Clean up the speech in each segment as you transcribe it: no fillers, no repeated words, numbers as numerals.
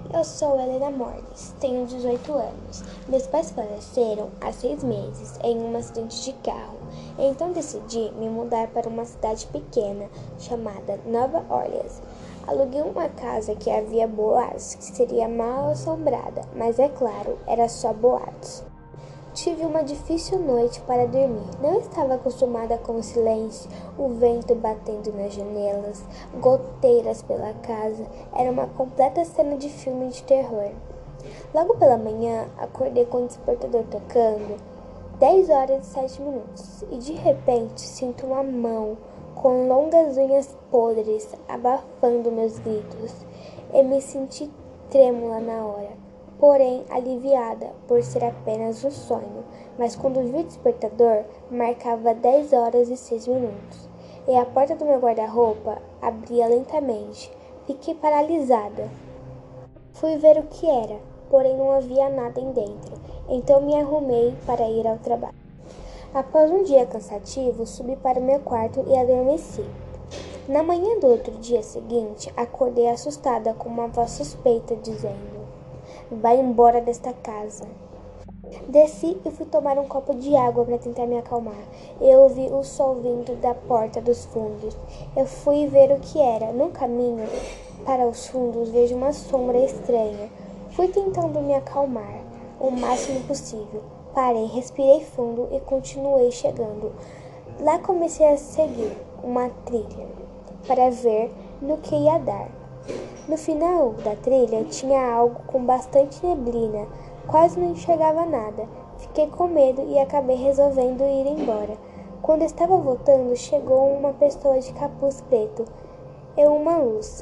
Eu sou Helena Mornes, tenho 18 anos. Meus pais faleceram há 6 meses em um acidente de carro. Então decidi me mudar para uma cidade pequena chamada Nova Orleans. Aluguei uma casa que havia boatos que seria mal assombrada, mas é claro, era só boatos. Tive uma difícil noite para dormir. Não estava acostumada com o silêncio, o vento batendo nas janelas, goteiras pela casa. Era uma completa cena de filme de terror. Logo pela manhã, acordei com o despertador tocando 10 horas e 7 minutos e de repente sinto uma mão com longas unhas podres abafando meus gritos. Eu me senti trêmula na hora, porém aliviada por ser apenas um sonho, mas quando vi o despertador, marcava 10 horas e 6 minutos, e a porta do meu guarda-roupa abria lentamente. Fiquei paralisada. Fui ver o que era, porém não havia nada em dentro, então me arrumei para ir ao trabalho. Após um dia cansativo, subi para o meu quarto e adormeci. Na manhã do outro dia seguinte, acordei assustada com uma voz suspeita dizendo: "Vai embora desta casa." Desci e fui tomar um copo de água para tentar me acalmar. Eu ouvi o sol vindo da porta dos fundos. Eu fui ver o que era. No caminho para os fundos vejo uma sombra estranha. Fui tentando me acalmar o máximo possível. Parei, respirei fundo e continuei chegando. Lá comecei a seguir uma trilha para ver no que ia dar. No final da trilha tinha algo com bastante neblina, quase não enxergava nada. Fiquei com medo e acabei resolvendo ir embora. Quando estava voltando, chegou uma pessoa de capuz preto e uma luz.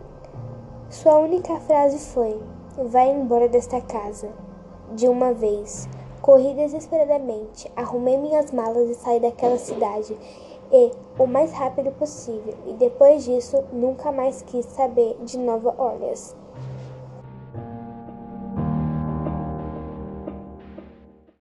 Sua única frase foi: "Vai embora desta casa." De uma vez, corri desesperadamente, arrumei minhas malas e saí daquela cidade o mais rápido possível, e depois disso nunca mais quis saber de Nova Orleans.